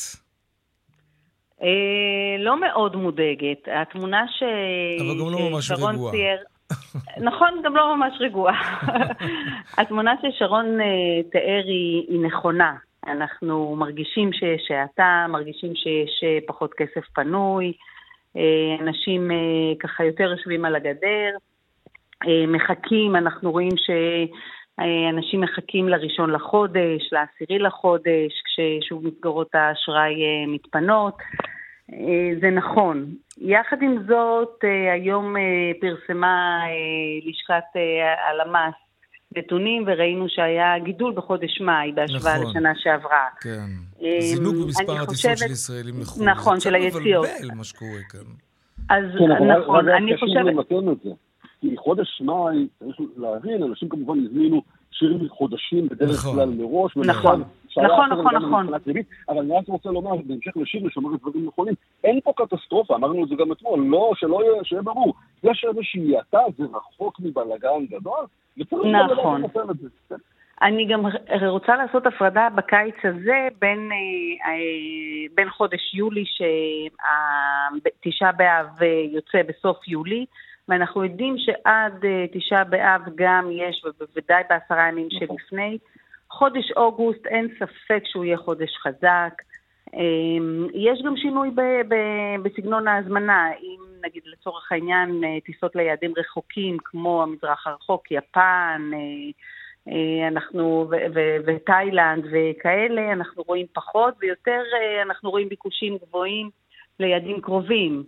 לא מאוד מודאגת. התמונה ש... אבל גם לא ממש רגועה. נכון, גם לא ממש רגועה. התמונה ששרון תיאר היא נכונה. אנחנו מרגישים שיש שעתה, מרגישים שיש פחות כסף פנוי, אנשים ככה יותר יושבים על הגדר, מחכים, אנחנו רואים שאנשים מחכים לראשון לחודש, לעשירי לחודש, כששוב מסגרות האשראי מתפנות. זה נכון. יחד עם זאת, היום פרסמה לשכת הלמ"ס נתונים, וראינו שהיה גידול בחודש מאי, בהשוואה נכון. לשנה שעברה. כן. זינוק במספר הטיסות של ישראלים לחו"ל. נכון, של היציאות. זה קצת מבלבל מה שקורה כאן. אז כן, נכון, אבל אני חושבת... למתן את זה. כי חודש מאי, צריך להבין, אנשים כמובן הזמינו שירים חודשים בדרך נכון. כלל מראש. נכון, נכון, נכון, נכון. אבל אני רק רוצה לומר, בהמשך לשיר לשמר את דברים נכונים, אין פה קטסטרופה, אמרנו את זה גם אתמול, לא, שלא יהיה, שיהיה ברור. יש איזושהי יתה, זה רחוק מבלגן גדול, וצריך נכון. לנתן את זה. אני גם רוצה לעשות הפרדה בקיץ הזה בין, בין חודש יולי, שתשעה באב יוצא בסוף יולי, ואנחנו יודעים שעד תשעה באב גם יש, ובוודאי בעשרה ימים שלפני, חודש אוגוסט אין ספק שהוא יהיה חודש חזק. יש גם שינוי ב- ב- בסגנון ההזמנה, אם נגיד לצורך העניין טיסות ליעדים רחוקים כמו המזרח הרחוק, יפן, אנחנו ותאילנד וכאלה, אנחנו רואים פחות, ויותר אנחנו רואים ביקושים גבוהים ליעדים קרובים,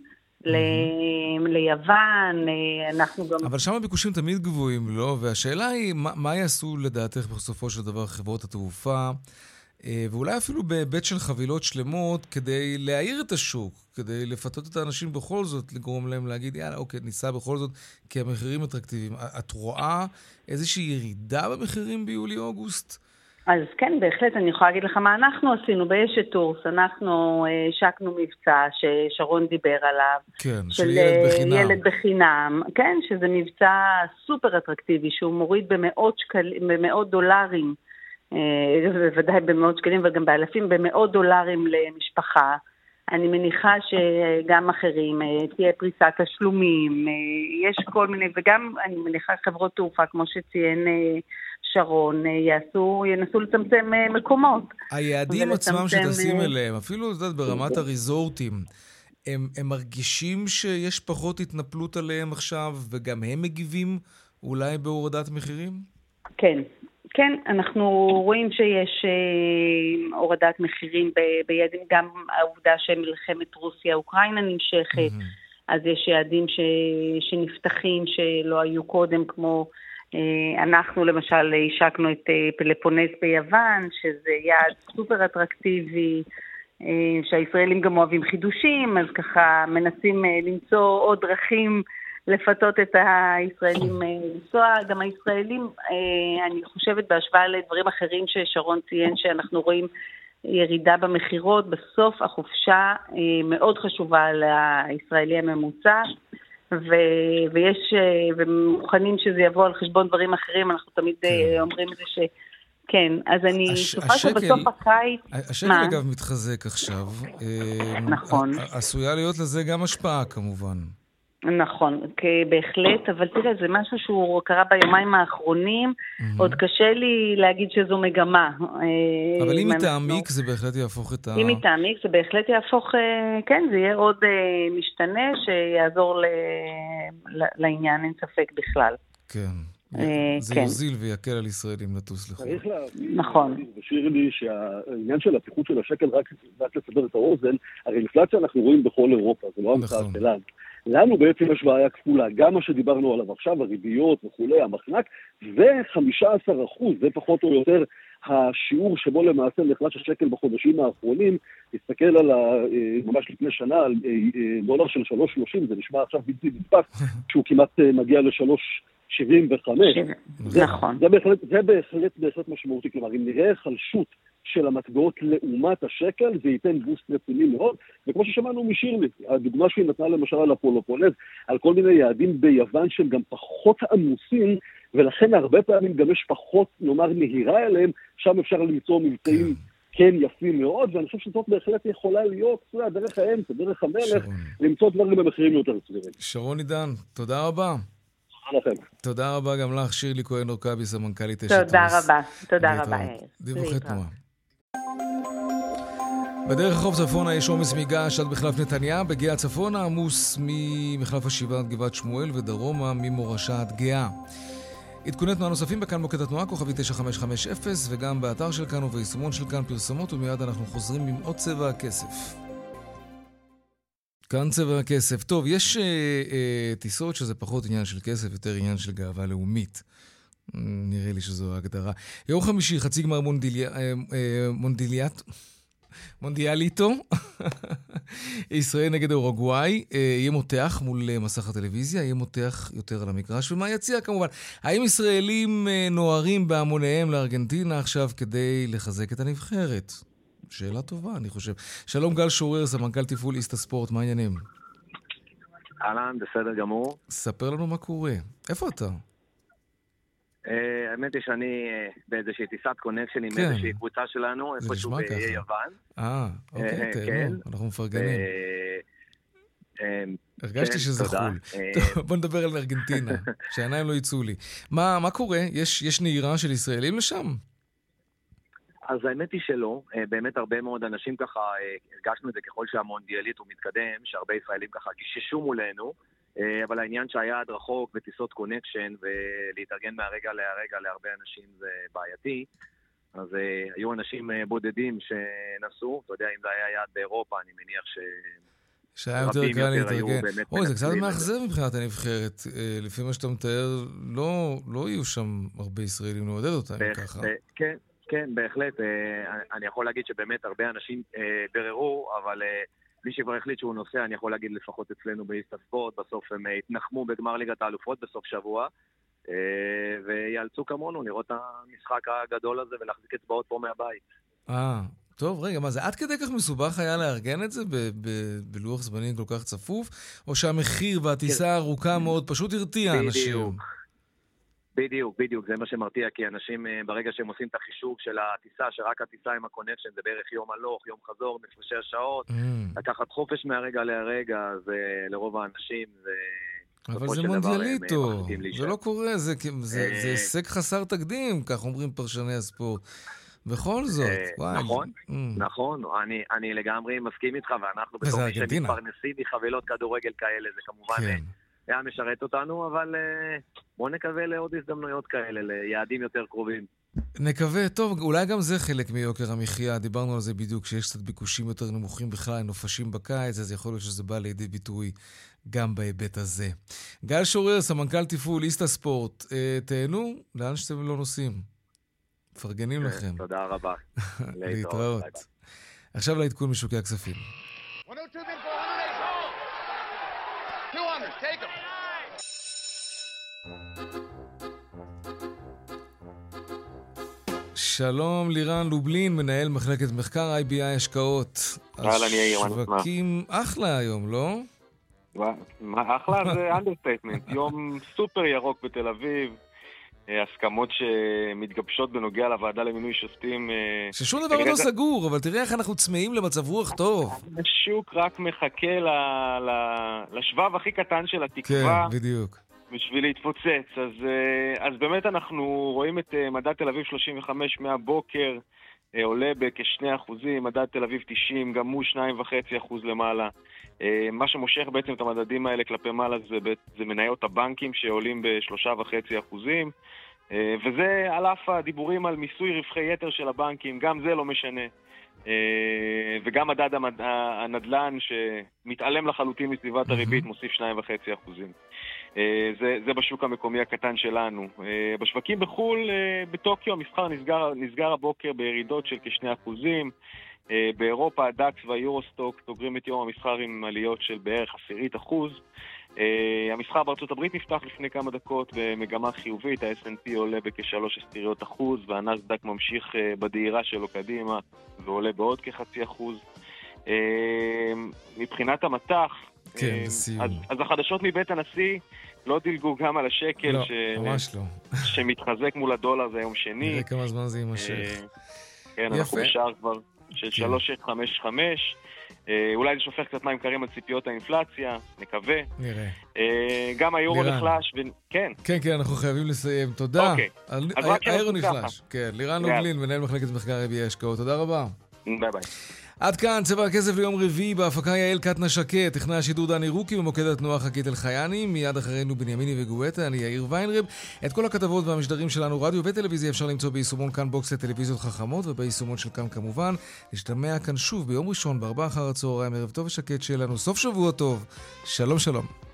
ליוון, אנחנו גם... אבל שם הביקושים תמיד גבוהים, לא? והשאלה היא, מה, מה יעשו לדעתך בסופו של דבר חברות התעופה, ואולי אפילו בהיבט של חבילות שלמות, כדי להעיר את השוק, כדי לפתות את האנשים בכל זאת, לגרום להם להגיד, יאללה, אוקיי, ניסע בכל זאת, כי המחירים אטרקטיביים. את רואה איזושהי ירידה במחירים ביולי-אוגוסט? אז כן, בהחלט, אני יכולה להגיד לך מה אנחנו עשינו באשת טורס. אנחנו השקנו מבצע ששרון דיבר עליו. כן, של, של ילד בחינם. ילד בחינם, כן, שזה מבצע סופר אטרקטיבי, שהוא מוריד במאות שקלים, במאות דולרים, בוודאי במאות שקלים, וגם באלפים, במאות דולרים למשפחה. אני מניחה שגם אחרים, תהיה פריסת תשלומים, יש כל מיני, וגם אני מניחה חברות תעופה, כמו שציין שרון, יעשו, ינסו לצמצם מקומות. היעדים עצמם שתשים אליהם, אפילו זאת ברמת הריזורטים, הם, הם מרגישים שיש פחות התנפלות עליהם עכשיו, וגם הם מגיבים אולי בהורדת מחירים? כן. כן, אנחנו רואים שיש אה, הורדת מחירים ב- ביעדים, גם העובדה שמלחמת רוסיה-אוקראינה נמשכת, mm-hmm. אז יש יעדים ש- שנפתחים שלא היו קודם, כמו אה, אנחנו למשל השקנו את אה, פלפונס ביוון, שזה יעד סופר אטרקטיבי, אה, שהישראלים גם אוהבים חידושים, אז ככה מנסים אה, למצוא עוד דרכים, לפתות את הישראלים לנסוע. גם הישראלים, אני חושבת בהשוואה לדברים אחרים ששרון ציין, שאנחנו רואים ירידה במחירות, בסוף החופשה מאוד חשובה לישראלי הממוצע, ו- ויש, ומוכנים שזה יבוא על חשבון דברים אחרים, אנחנו תמיד כן. אומרים את זה ש... כן, אז אני סופה שבסוף הקיץ... השקל מה? אגב מתחזק עכשיו. נכון. עשויה להיות לזה גם השפעה כמובן. נכון, בהחלט, אבל תראה, זה משהו שהוא קרה ביומיים האחרונים, עוד קשה לי להגיד שזו מגמה. אבל אם היא תעמיק, זה בהחלט יהפוך את ה... אם היא תעמיק, זה בהחלט יהפוך, כן, זה יהיה עוד משתנה שיעזור לעניין, אין ספק בכלל. כן, זה יוזיל ויקל על ישראלים לטוס לחו"ל. נכון. ושאיר לי שהעניין של הפיחות של השקל, רק לסבר את האוזן, הרי אינפלציה אנחנו רואים בכל אירופה, זה לא המצאה שלנו. לנו בעצם יש בעיה כפולה, גם מה שדיברנו עליו עכשיו, הריביות וכולי, המחנק, ו-חמישה עשר אחוז, זה פחות או יותר השיעור שבו למעשה נחלש השקל בחודשים האחרונים, תסתכל על ה, ממש לפני שנה, על דולר של שלוש שלושים, זה נשמע עכשיו בלתי נתפס, שהוא כמעט מגיע ל-שלוש שבעים וחמש. נכון. זה בהחלט, זה בהחלט, בהחלט משמעותי, כלומר, אם נראה חלשות של המטבעות לעומת השקל, זה ייתן בוסט רציני מאוד, וכמו ששמענו משירלי, הדוגמה שהיא נתנה למשל על הפולופונז, על כל מיני יעדים ביוון שהם גם פחות עמוסים, ולכן הרבה פעמים גם יש פחות, נאמר, נהירה אליהם, שם אפשר למצוא מבצעים כן יפים מאוד, ואני חושב שזאת בהחלט יכולה להיות, זה דרך האמצע, דרך המלך, למצוא דברים במחירים יותר סבירים. שרון עידן, תודה רבה. לכם. תודה רבה גם לך, שירלי כהן אורקבי, סמנכ"לית אשת תודה רוס. רבה, תודה רבה. דיווחי תנועה. בדרך החוף צפונה יש עומס מגעש עד מחלף נתניה, בגאה צפונה עמוס ממחלף השבעה עד גבעת שמואל ודרומה ממורשה עד גאה. עדכוני תנועה נוספים בכאן מוקד התנועה, כוכבי תשע חמש חמש אפס, וגם באתר של כאן וביישומון של כאן פרסומות, ומיד אנחנו חוזרים עם עוד צבע הכסף. כאן צבע הכסף. טוב, יש אה, אה, טיסות שזה פחות עניין של כסף, יותר עניין של גאווה לאומית. נראה לי שזו ההגדרה. יום חמישי, חצי גמר מונדיליה, אה, אה, מונדיליאט, מונדיאליטו, ישראל נגד אורוגוואי, יהיה מותח מול מסך הטלוויזיה, יהיה מותח יותר על המגרש, ומה יציע כמובן? האם ישראלים נוערים בהמוניהם לארגנטינה עכשיו כדי לחזק את הנבחרת? שאלה טובה, אני חושב. שלום גל שורר, סמנכ"ל תפעול איסטה ספורט, מה העניינים? אהלן, בסדר גמור. ספר לנו מה קורה. איפה אתה? האמת היא שאני באיזושהי טיסת קונקשן עם איזושהי קבוצה שלנו, איפשהו באיי יוון. אה, אוקיי, תהנו, אנחנו מפרגנים. הרגשתי שזה חול. טוב, בוא נדבר על ארגנטינה, שהעיניים לא יצאו לי. מה קורה? יש נהירה של ישראלים לשם? אז האמת היא שלא, באמת הרבה מאוד אנשים ככה, הרגשנו את זה ככל שהמונדיאלית הוא מתקדם, שהרבה ישראלים ככה גיששו מולנו, אבל העניין שהיעד רחוק וטיסות קונקשן ולהתארגן מהרגע להרגע להרבה אנשים זה בעייתי. אז uh, היו אנשים uh, בודדים שנסעו, אתה יודע, אם זה היה יעד באירופה, אני מניח ש... שהיה יותר קל להתארגן. אוי, זה קצת מאכזב מבחינת הנבחרת. לפי מה שאתה מתאר, לא, לא יהיו שם הרבה ישראלים לעודד אותם ככה. כן, כן, בהחלט. אני יכול להגיד שבאמת הרבה אנשים בררו, אבל... מי שכבר החליט שהוא נוסע, אני יכול להגיד לפחות אצלנו באיסטה ספורט, בסוף הם התנחמו בגמר ליגת האלופות בסוף שבוע, ויאלצו כמונו לראות את המשחק הגדול הזה ולהחזיק אצבעות פה מהבית. אה, טוב, רגע, מה זה עד כדי כך מסובך היה לארגן את זה בלוח זמנים כל כך צפוף, או שהמחיר והטיסה הארוכה מאוד פשוט הרתיע אנשים? בדיוק, בדיוק, זה מה שמרתיע, כי אנשים ברגע שהם עושים את החישוב של הטיסה, שרק הטיסה עם הקונקשן זה בערך יום הלוך, יום חזור, מפרשי השעות, mm. לקחת חופש מהרגע להרגע, זה לרוב האנשים, זה... אבל זה מונדיאליטו, זה לא קורה, זה, זה, זה הישג חסר תקדים, כך אומרים פרשני הספורט. בכל זאת, וואי. נכון, נכון, אני, אני לגמרי מסכים איתך, ואנחנו בתור מי שמתפרנסים מחבילות כדורגל כאלה, זה כמובן... היה משרת אותנו, אבל uh, בואו נקווה לעוד הזדמנויות כאלה, ליעדים יותר קרובים. נקווה, טוב, אולי גם זה חלק מיוקר המחיה, דיברנו על זה בדיוק, שיש קצת ביקושים יותר נמוכים בכלל, נופשים בקיץ, אז יכול להיות שזה בא לידי ביטוי גם בהיבט הזה. גל שורר, סמנכ"ל תפעול איסטה ספורט, uh, תהנו, לאן שאתם לא נוסעים? מפרגנים לכם. תודה רבה. להתראות. עכשיו לעדכון משוקי הכספים. Take him. שלום לירן לובלין, מנהל מחלקת מחקר איי בי איי השקעות. אהלן יאיר, השווקים אחלה היום, לא? מה אחלה? זה אנדרסטייטמנט. יום סופר ירוק בתל אביב. הסכמות שמתגבשות בנוגע לוועדה למינוי שופטים. ששום דבר לא סגור, אבל תראה איך אנחנו צמאים למצב רוח טוב. השוק רק מחכה לשבב הכי קטן של התקווה. כן, בדיוק. בשביל להתפוצץ. אז, אז באמת אנחנו רואים את מדד תל אביב שלושים וחמש מהבוקר, עולה בכ-שני אחוזים, מדד תל אביב תשעים, גם הוא שניים וחצי אחוז למעלה. מה שמושך בעצם את המדדים האלה כלפי מעלה זה, זה מניות הבנקים שעולים בשלושה וחצי אחוזים, וזה על אף הדיבורים על מיסוי רווחי יתר של הבנקים, גם זה לא משנה. וגם מדד הנדל"ן שמתעלם לחלוטין מסביבת הריבית מוסיף שניים וחצי אחוזים. זה, זה בשוק המקומי הקטן שלנו. בשווקים בחול, בטוקיו, המסחר נסגר, נסגר הבוקר בירידות של כשני אחוזים. באירופה, הדקס והיורוסטוק סוגרים את יום המסחר עם עליות של בערך עשירית אחוז. המסחר בארצות הברית נפתח לפני כמה דקות במגמה חיובית, ה-אס אנד פי עולה בכשלוש עשיריות אחוז, והנסדק ממשיך בדהירה שלו קדימה ועולה בעוד כחצי אחוז. מבחינת המתח, כן, בסיום. אז, אז החדשות מבית הנשיא לא דילגו גם על השקל, לא, ש... ממש לא. שמתחזק מול הדולר, זה יום שני. נראה כמה זמן זה יימשך. כן, אנחנו בשער כבר של שלוש נקודה חמש חמש. אולי זה שופך קצת מים קרים על ציפיות האינפלציה, נקווה. נראה. גם היורו נחלש, כן. כן, כן, אנחנו חייבים לסיים. תודה. אוקיי. היורו נחלש. כן, לירן נובלין, מנהל מחלקת מחקר רבי השקעות. תודה רבה. ביי ביי. עד כאן צבע הכסף ליום רביעי, בהפקה יעל קטנה שקט, תכנן השידור דני רוקי ומוקד התנועה חכית אל חייני, מיד אחרינו בנימיני וגואטה, אני יאיר ויינרב. את כל הכתבות והמשדרים שלנו רדיו וטלוויזיה אפשר למצוא ביישומון כאן בוקס לטלוויזיות חכמות וביישומון של כאן כמובן. נשתמע כאן שוב ביום ראשון בארבע אחר הצהריים, ערב טוב ושקט שלנו, סוף שבוע טוב, שלום שלום.